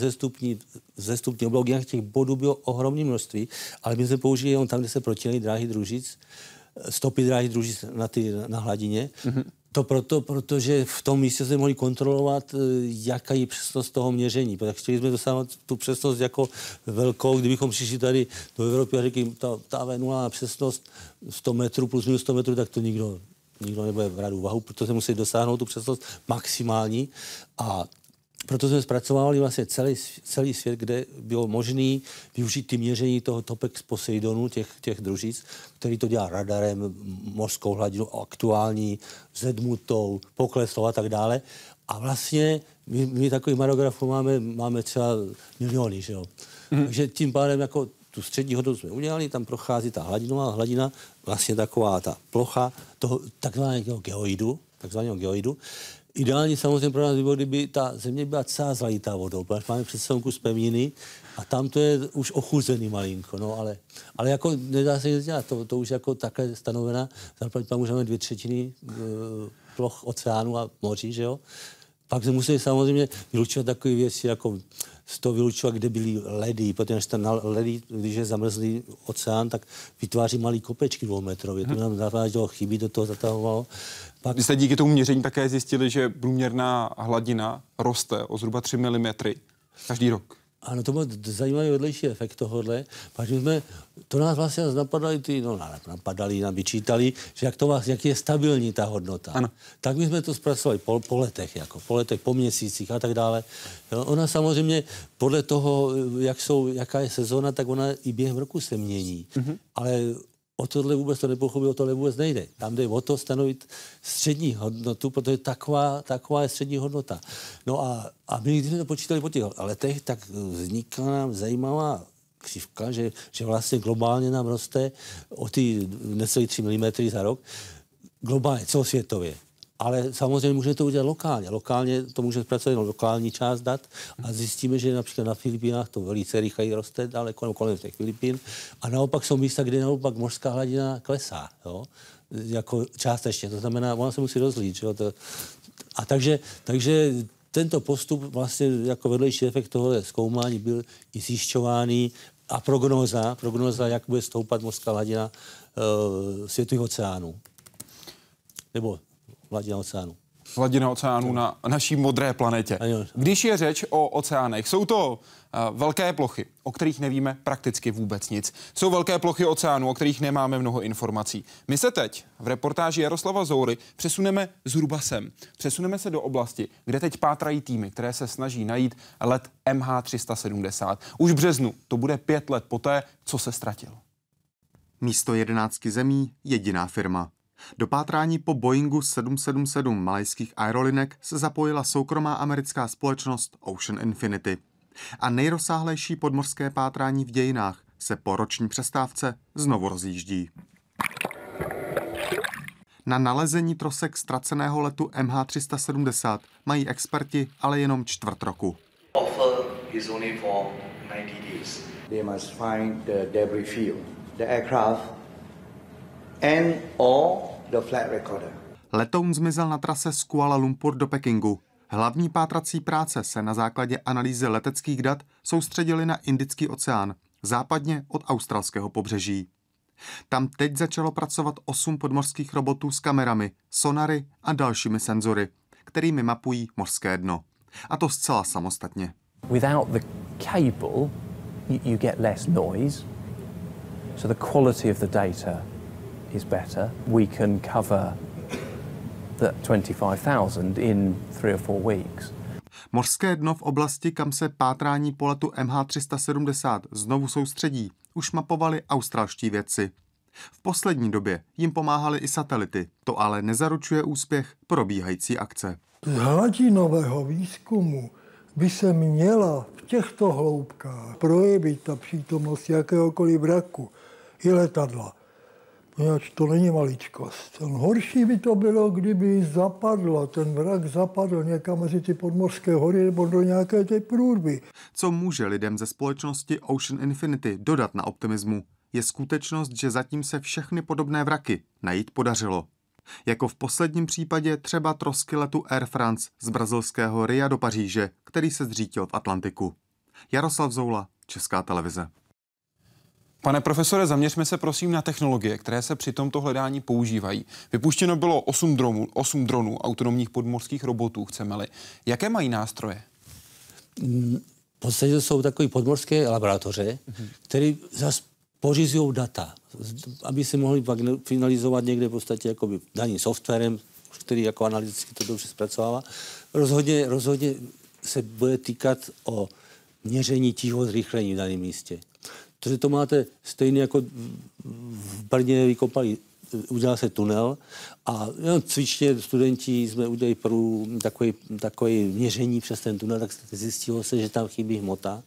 ze stupní oblouk, jinak těch bodů bylo ohromné množství, ale my jsme použili jenom tam, kde se protínaly dráhy družic, stopy dráhy družic na hladině. To proto, protože v tom místě jsme mohli kontrolovat, jaká je přesnost toho měření. Protože chtěli jsme dosáhnout tu přesnost jako velkou, kdybychom přišli tady do Evropy a řekli, ta V0 přesnost 100 metrů plus minus 100 metrů, tak to nikdo nebude brát úvahu, protože musí dosáhnout tu přesnost maximální a proto jsme zpracovali vlastně celý svět, kde bylo možné využít ty měření toho Topex Poseidonu, těch družic, který to dělá radarem, mořskou hladinu aktuální, zedmutou, pokleslou a tak dále. A vlastně my takových mareografů máme třeba miliony, že jo. Takže tím pádem jako tu střední hodnotu jsme udělali, tam prochází ta hladinová hladina, vlastně taková ta plocha toho takzvaného geoidu. Ideální samozřejmě pro nás by bylo, kdyby ta země byla celá zalitá vodou, protože máme před sebou kus pevniny a tam to je už ochuzený malinko, no, ale jako nedá se nic dělat, to už jako takhle stanovená, zaplať pak můžeme 2/3 ploch oceánu a moří, že jo. Pak se musí samozřejmě vylučovat takové věci, jako z toho vylučovat, kde byly ledy, protože tam na ledy, když je zamrzlý oceán, tak vytváří malý kopečky 2metrově. To nám zavádělo chyby, do toho zatahovalo. Vy jste díky tomu měření také zjistili, že průměrná hladina roste o zhruba 3 mm každý rok. Ano, to byl zajímavý vedlejší efekt tohohle, protože to nás vlastně napadali, nám vyčítali, že jak je stabilní ta hodnota. Ano. Tak my jsme to zpracovali po letech, po měsících a tak dále. Ona samozřejmě podle toho, jaká je sezóna, tak ona i během roku se mění. Ale o tohle vůbec to nepochopil, o tohle vůbec nejde. Tam jde o to stanovit střední hodnotu, protože taková je střední hodnota. No a my, když jsme to počítali po těch letech, tak vznikla nám zajímavá křivka, že vlastně globálně nám roste o ty necelý 3 mm za rok, globálně, celosvětově. Ale samozřejmě můžeme to udělat lokálně. Lokálně to můžeme zpracovat lokální část dat a zjistíme, že například na Filipínách to velice rychleji roste daleko kolem těch Filipín. A naopak jsou místa, kde naopak mořská hladina klesá. Jo? Jako částečně. To znamená, ona se musí rozlít. Jo? A takže tento postup vlastně jako vedlejší efekt tohoto zkoumání byl i zjišťovaný a prognóza, jak bude stoupat mořská hladina světových oceánů. Nebo hladina oceánu. Hladina oceánu na naší modré planetě. Když je řeč o oceánech, jsou to velké plochy, o kterých nevíme prakticky vůbec nic. Jsou velké plochy oceánu, o kterých nemáme mnoho informací. My se teď v reportáži Jaroslava Zoury přesuneme zhruba sem. Přesuneme se do oblasti, kde teď pátrají týmy, které se snaží najít let MH370. Už v březnu to bude 5 let poté, co se ztratil. Místo 11 zemí, jediná firma. Do pátrání po Boeingu 777 malajských aerolinek se zapojila soukromá americká společnost Ocean Infinity. A nejrozsáhlejší podmořské pátrání v dějinách se po roční přestávce znovu rozjíždí. Na nalezení trosek ztraceného letu MH370 mají experti ale jenom čtvrt roku. They must find the debris field, the aircraft and or the flight recorder. Letoun zmizel na trase z Kuala Lumpur do Pekingu. Hlavní pátrací práce se na základě analýzy leteckých dat soustředily na Indický oceán, západně od australského pobřeží. Tam teď začalo pracovat 8 podmořských robotů s kamerami, sonary a dalšími senzory, kterými mapují mořské dno. A to zcela samostatně. Without the cable, you get less noise, so the quality of the data is better. We can cover the 25,000 in 3 or 4 weeks. Mořské dno v oblasti, kam se pátrání po letu MH370 znovu soustředí, už mapovali australští vědci. V poslední době jim pomáhaly i satelity, to ale nezaručuje úspěch probíhající akce. Z hladinového výzkumu by se měla v těchto hloubkách projevit ta přítomnost jakéhokoliv vraku i letadla. Poněvadž to není maličkost. Horší by to bylo, kdyby zapadlo, ten vrak zapadl někam mezi ty podmořské hory nebo do nějaké té průrvy. Co může lidem ze společnosti Ocean Infinity dodat na optimismu, je skutečnost, že zatím se všechny podobné vraky najít podařilo. Jako v posledním případě třeba trosky letu Air France z brazilského Ria do Paříže, který se zřítil v Atlantiku. Jaroslav Zoula, Česká televize. Pane profesore, zaměřme se prosím na technologie, které se při tomto hledání používají. Vypuštěno bylo 8 dronů autonomních podmořských robotů, chceme-li. Jaké mají nástroje? V podstatě jsou takové podmořské laboratoře, které zase pořizují data, aby se mohli pak finalizovat někde v podstatě jakoby daným softwarem, který jako analyticky to dobře zpracovává. Rozhodně se bude týkat o měření tího zrychlení v daném místě. Protože to máte stejně jako v Brně vykopali, udělal se tunel a cvičně studenti jsme udělali takové měření přes ten tunel, tak zjistilo se, že tam chybí hmota,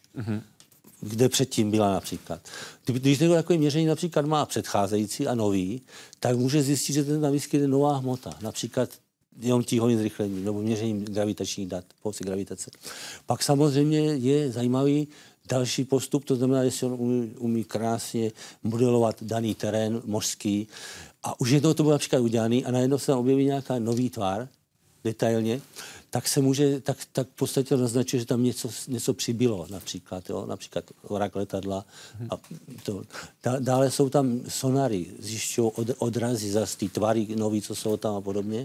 kde předtím byla například. Když někdo takové měření například má předcházející a nový, tak může zjistit, že ten tam vyskytne nová hmota, například jenom tíhovým zrychlením nebo měřením gravitačních dat, pomocí gravitace. Pak samozřejmě je zajímavý další postup, to znamená, jestli on umí krásně modelovat daný terén mořský. A už jednou to bylo například udělaný a najednou se tam objeví nějaká nový tvar, detailně, tak se může, tak v podstatě naznačuje, že tam něco přibylo, například vrak letadla. A to. Dále jsou tam sonary, zjišťují odrazy zase ty tvary nový, co jsou tam a podobně.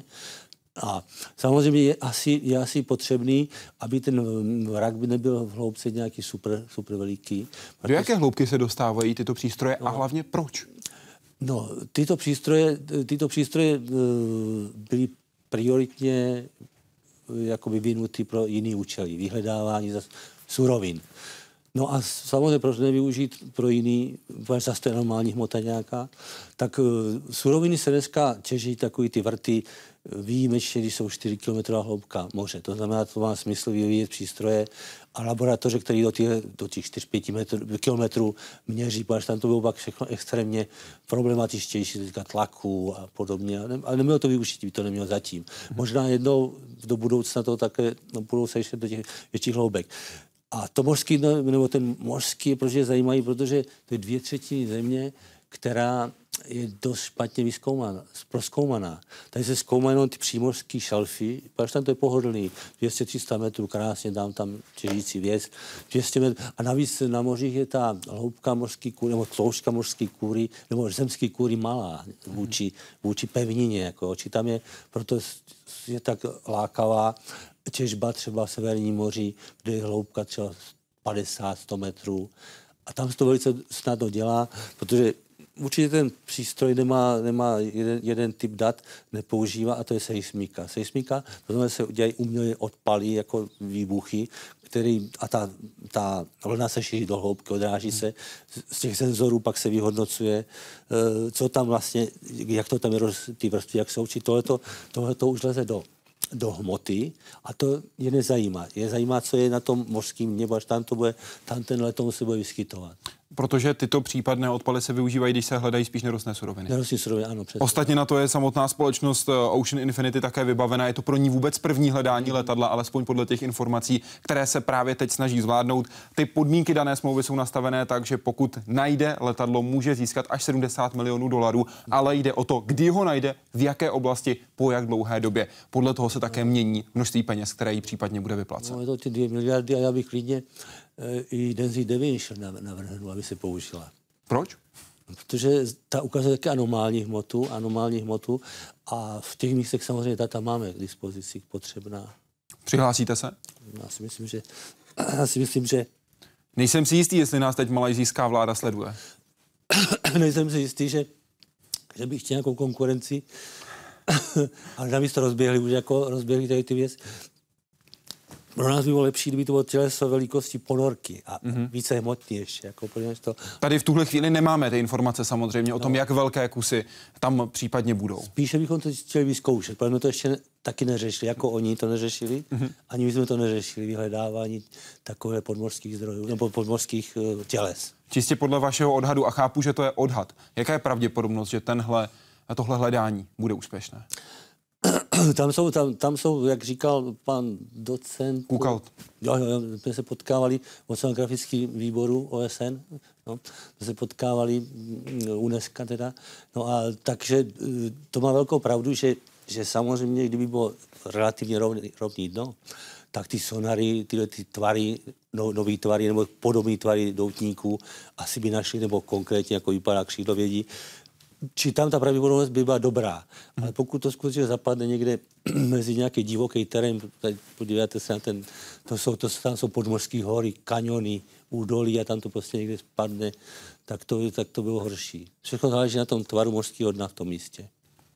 A samozřejmě je asi potřebný, aby ten vrak by nebyl v hloubce nějaký super veliký. Do jaké hloubky se dostávají tyto přístroje a hlavně proč? No, tyto přístroje byly prioritně jako vyvinuty pro jiný účely, vyhledávání surovin. No a samozřejmě proč nevyužít pro jiný, zase to je normální hmota nějaká, tak suroviny se dneska těží takový ty vrty výjimečně, když jsou 4 km hloubka moře. To znamená, to má smysl vyvíjet přístroje a laboratoře, které do těch 4-5 kilometrů měří, protože tam to bylo pak všechno extrémně problematičtější, tlaku a podobně. Ale nemělo to využít, by to nemělo zatím. Možná jednou do budoucna to také budou se ještě do těch větších hloubek. A to mořský, nebo ten mořský, proč je zajímavý, protože to je 2/3 země, která je dost špatně prozkoumaná. Tady se zkoumají jenom ty přímořský šelfy, protože tam to je pohodlný. 200-300 metrů, krásně dám tam těžící věc. 200 metrů. A navíc na mořích je ta hloubka mořský kůry, nebo tloušťka mořský kůry, nebo zemský kůry malá vůči pevnině. Jako. Či tam je, proto je tak lákavá těžba třeba v Severním moři, kde je hloubka třeba 50-100 metrů. A tam se to velice snadno dělá, protože určitě ten přístroj nemá jeden typ dat, nepoužívá, a to je seismika. Seismika, to znamená, se dělají umělé odpaly, jako výbuchy, a ta vlna se šíří do hloubky, odráží se. Z těch senzorů pak se vyhodnocuje, co tam vlastně, jak to tam je, ty vrstvy, jak jsou. Či tohleto už leze do hmoty a to je nezajímá. Je zajímá, co je na tom mořském dně, až tam ten letoun se bude vyskytovat. Protože tyto případné odpaly se využívají, když se hledají spíš nerostné suroviny. Nerostné suroviny, ano. Přesně. Ostatně na to je samotná společnost Ocean Infinity také vybavená. Je to pro ní vůbec první hledání letadla, alespoň podle těch informací, které se právě teď snaží zvládnout. Ty podmínky dané smlouvy jsou nastavené tak, že pokud najde letadlo, může získat až $70 milionů, ale jde o to, kdy ho najde, v jaké oblasti, po jak dlouhé době. Podle toho se také mění množství peněz, které jí případně bude vyplaceno. No, je to ty 2 miliardy a já bych klidně i Density Deviation navrhnul, aby se použila. Proč? Protože ta ukazuje také anomální hmotu a v těch místech samozřejmě data máme k dispozici potřebná. Přihlásíte se? Já si myslím, že Nejsem si jistý, jestli nás teď malajsijská vláda sleduje. nejsem si jistý, že bych chtěl nějakou konkurenci, ale navíc to rozběhli tady ty věci. Pro nás by bylo lepší, kdyby to bylo těleso velikosti ponorky a více hmotný ještě. Jako, to... Tady v tuhle chvíli nemáme ty informace samozřejmě o tom, jak velké kusy tam případně budou. Spíše bychom to chtěli vyzkoušet, protože jsme to ještě taky neřešili, jako oni to neřešili, ani my jsme to neřešili, vyhledávání takové podmořských zdrojů nebo podmořských těles. Čistě podle vašeho odhadu, a chápu, že to je odhad, jaká je pravděpodobnost, že tohle hledání bude úspěšné? Tam jsou, jak říkal pan docent... Kukalt. Jo, jsme se potkávali v oceanografickém výboru OSN, no, jsme se potkávali UNESCO teda, no a takže to má velkou pravdu, že samozřejmě, kdyby bylo relativně rovný dno, tak ty sonary, tyhle ty tvary, nový tvary nebo podobný tvary doutníků asi by našli, nebo konkrétně jako vypadá křídlovědí, či tam ta pravděpodobnost by byla dobrá. Ale pokud to skutečně zapadne někde mezi nějaký divoký terén, tady podívejte se na tam jsou podmořské hory, kaniony, údolí a tam to prostě někde spadne, tak to bylo horší. Všechno záleží na tom tvaru mořského dna v tom místě.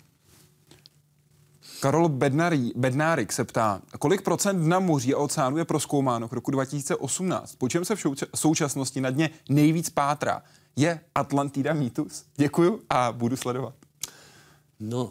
Karol Bednárik se ptá, kolik procent dna moří a oceánu je prozkoumáno k roku 2018? Po čem se v současnosti na dně nejvíc pátrá? Je Atlantida mýtus? Děkuju a budu sledovat. No,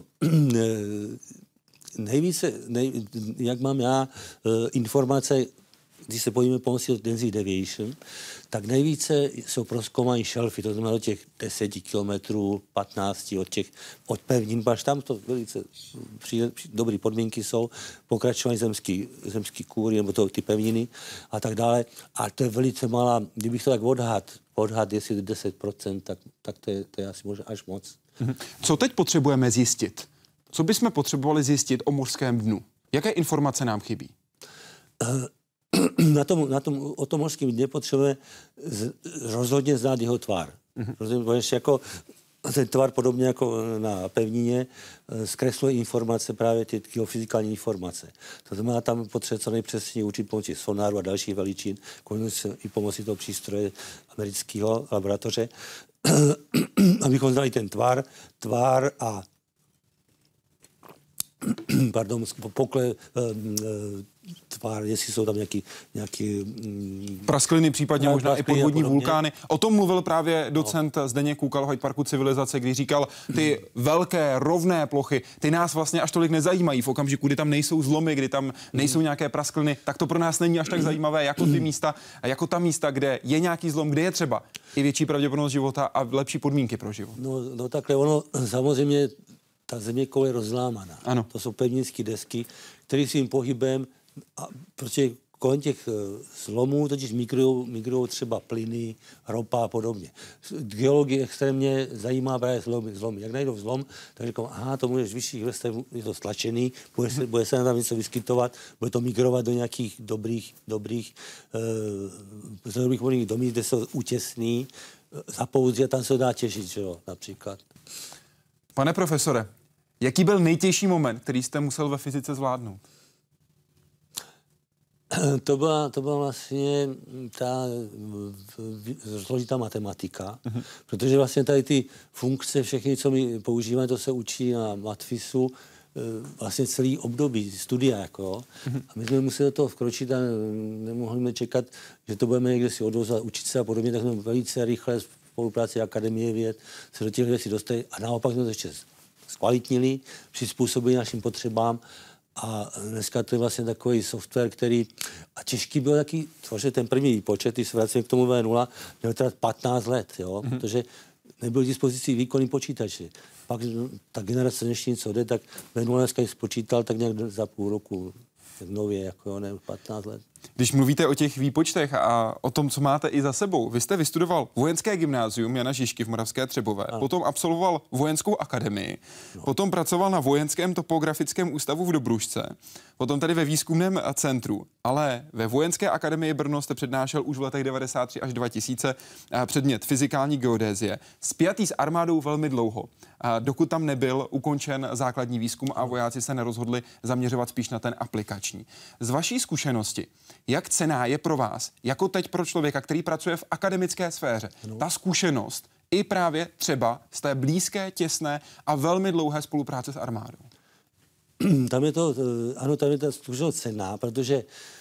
jak mám já informace, když se pojíme pomocí Density Deviation, tak nejvíce jsou prozkoumány šelfy, to znamená do těch 10 kilometrů, 15 od pevnin, až tam to velice dobré podmínky jsou, pokračování zemský kůry, nebo ty pevniny a tak dále. A to je velice malá, kdybych to tak odhad jestli 10%, tak to je asi možná až moc. Co teď potřebujeme zjistit? Co bychom potřebovali zjistit o mořském dnu? Jaké informace nám chybí? O tom mořském dně potřebujeme rozhodně znát jeho tvar. Protože jako ten tvar podobně jako na pevnině zkresluje informace, právě ty geofyzikální informace. To znamená, tam potřebuje co nejpřesněji učit pomocí sonáru a dalších veličin, i pomocí toho přístroje amerického laboratoře, abychom znali ten tvar a tvar, jestli jsou tam nějaký praskliny, případně možná i podvodní vulkány. O tom mluvil právě docent Zdeněk Kukal v Hyde Parku civilizace, když říkal, ty velké rovné plochy, ty nás vlastně až tolik nezajímají v okamžiku, kdy tam nejsou zlomy, kdy tam nejsou nějaké praskliny, tak to pro nás není až tak zajímavé jako ty místa, jako ta místa, kde je nějaký zlom, kde je třeba i větší pravděpodobnost života a lepší podmínky pro život. No takhle ono samozřejmě ta zeměkoule je rozlámaná. Ano. To jsou pevninské desky, které svým pohybem a prostě kolem těch zlomů totiž migrují třeba plyny, ropa a podobně. Geologie extrémně zajímá právě zlomy. Jak najdou zlom, tak říkám, to můžeš vyšších vrstev, je to stlačený, bude se tam něco vyskytovat, bude to migrovat do nějakých dobrých podmínek domů, kde jsou utěsný, zapoudří a tam se dá těžit, že jo, například. Pane profesore, jaký byl nejtěžší moment, který jste musel ve fyzice zvládnout? To byla vlastně ta složitá matematika, protože vlastně tady ty funkce, všechny, co my používáme, to se učí na matfisu vlastně celý období studia. Jako. A my jsme museli do toho vkročit a nemohli jsme čekat, že to budeme někde si odvozovat, učit se a podobně, tak jsme velice rychle spolupráci Akademie věd se do těch věcí dostali a naopak jsme to ještě zkvalitnili, přizpůsobili našim potřebám A dneska to je vlastně takový software, který... A těžký byl taky, protože ten první výpočet, když se vracím k tomu V0, měl trvat 15 let, jo? Protože nebyl k dispozici výkonný počítače. Pak ta generace dnešní, co jde, tak V0 dneska spočítal tak nějak za půl roku, tak nově, jako ne, 15 let. Když mluvíte o těch výpočtech a o tom, co máte i za sebou, vy jste vystudoval vojenské gymnázium Jana Žižky v Moravské Třebové, potom absolvoval vojenskou akademii, potom pracoval na vojenském topografickém ústavu v Dobrušce, potom tady ve výzkumném centru, ale ve vojenské akademii Brno jste přednášel už v letech 93 až 2000 předmět fyzikální geodézie, spjatý s armádou velmi dlouho, dokud tam nebyl ukončen základní výzkum a vojáci se nerozhodli zaměřovat spíš na ten aplikační. Z vaší zkušenosti, jak cenná je pro vás, jako teď pro člověka, který pracuje v akademické sféře, ta zkušenost i právě třeba z té blízké, těsné a velmi dlouhé spolupráce s armádou? Tam je to, ano, tam je ta zkušenost cenná, protože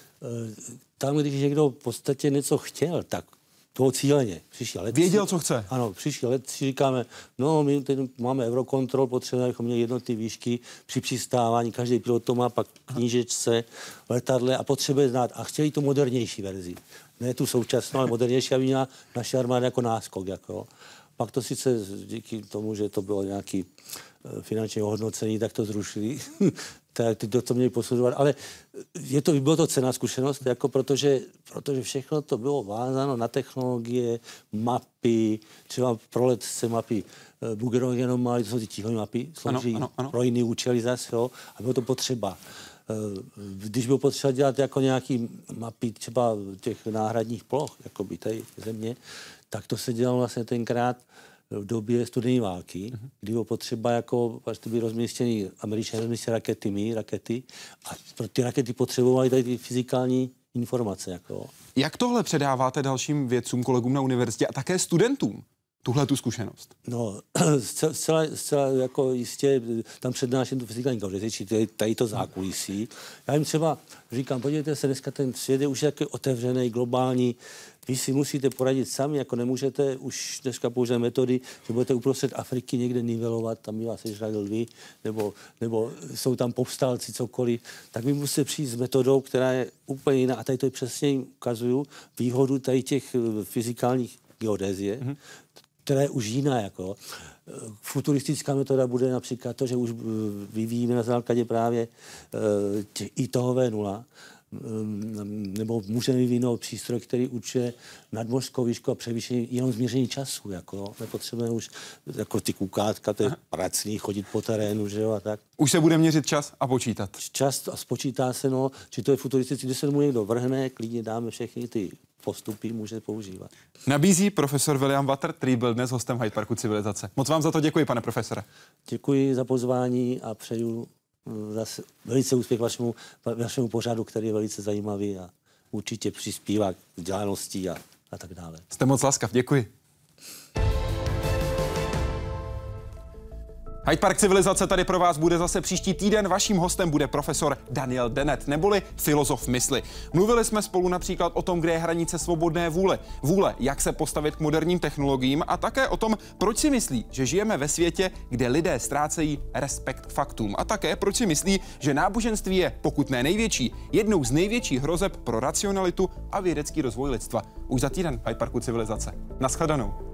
tam, když někdo v podstatě něco chtěl, tak toho cíleně. Věděl, co chce. Ano, příští let si říkáme, no, my máme Eurocontrol, potřebujeme, abychom měli jednotné výšky při přistávání, každý pilot to má pak knížečce, letadle a potřebuje znát. A chtěli tu modernější verzi. Ne tu současnou, ale modernější, aby měla naše armáda jako náskok. Jako. Pak to sice díky tomu, že to bylo nějaké finanční ohodnocení, tak to zrušili. Tak ty to měli posuzovat, ale bylo to cenná zkušenost, jako protože všechno to bylo vázáno na technologie, mapy, třeba pro letce mapy Buggerova, to jsou ty tíhové mapy, slouží pro jiný účely zase, jo, a bylo to potřeba. Když bylo potřeba dělat jako nějaký mapy třeba těch náhradních ploch, jako by tady země, tak to se dělalo vlastně tenkrát v době studené války, kdy bylo potřeba jako, to byly rozmístěny Američané rakety a pro ty rakety potřebovaly tady ty fyzikální informace. Jako. Jak tohle předáváte dalším vědcům, kolegům na univerzitě a také studentům? Tuhle tu zkušenost? No, zcela jako jistě tam přednáším tu fyzikální geodezii, či tady to zákulisí. Já jim třeba říkám, podívejte se, dneska ten svět je už takový otevřený, globální, vy si musíte poradit sami, jako nemůžete už dneska použít metody, že budete uprostřed Afriky někde nivelovat, tam vás sežrali lvy, nebo jsou tam povstalci, cokoliv, tak vy musíte přijít s metodou, která je úplně jiná. A tady to přesně ukazuju výhodu tady těch fyzikálních geodézie, která je už jiná. Jako. Futuristická metoda bude například to, že už vyvíjíme na základě právě i toho V0, nebo můžeme vyvinout přístroj, který určuje nadmořskou výšku a převýšení jenom změření času. Jako. Nepotřebujeme už jako ty kukátka, to je pracný, chodit po terénu, že jo, a tak. Už se bude měřit čas a počítat. Čas a spočítá se, no, či to je futuristický, když se mu někdo vrhne, klidně dáme všechny ty postupy, může používat. Nabízí profesor William Watter, který byl dnes hostem Hyde Parku Civilizace. Moc vám za to děkuji, pane profesore. Děkuji za pozvání a přeju zase velice úspěch vašemu pořadu, který je velice zajímavý a určitě přispívá k vzdělanosti a tak dále. Jste moc laskav, děkuji. Hyde Park Civilizace tady pro vás bude zase příští týden. Vaším hostem bude profesor Daniel Dennett, neboli filozof mysli. Mluvili jsme spolu například o tom, kde je hranice svobodné vůle. Vůle, jak se postavit k moderním technologiím a také o tom, proč si myslí, že žijeme ve světě, kde lidé ztrácejí respekt k faktům. A také proč si myslí, že náboženství je, pokud ne největší, jednou z největších hrozeb pro racionalitu a vědecký rozvoj lidstva. Už za týden v Hyde Parku Civilizace. Naschledanou.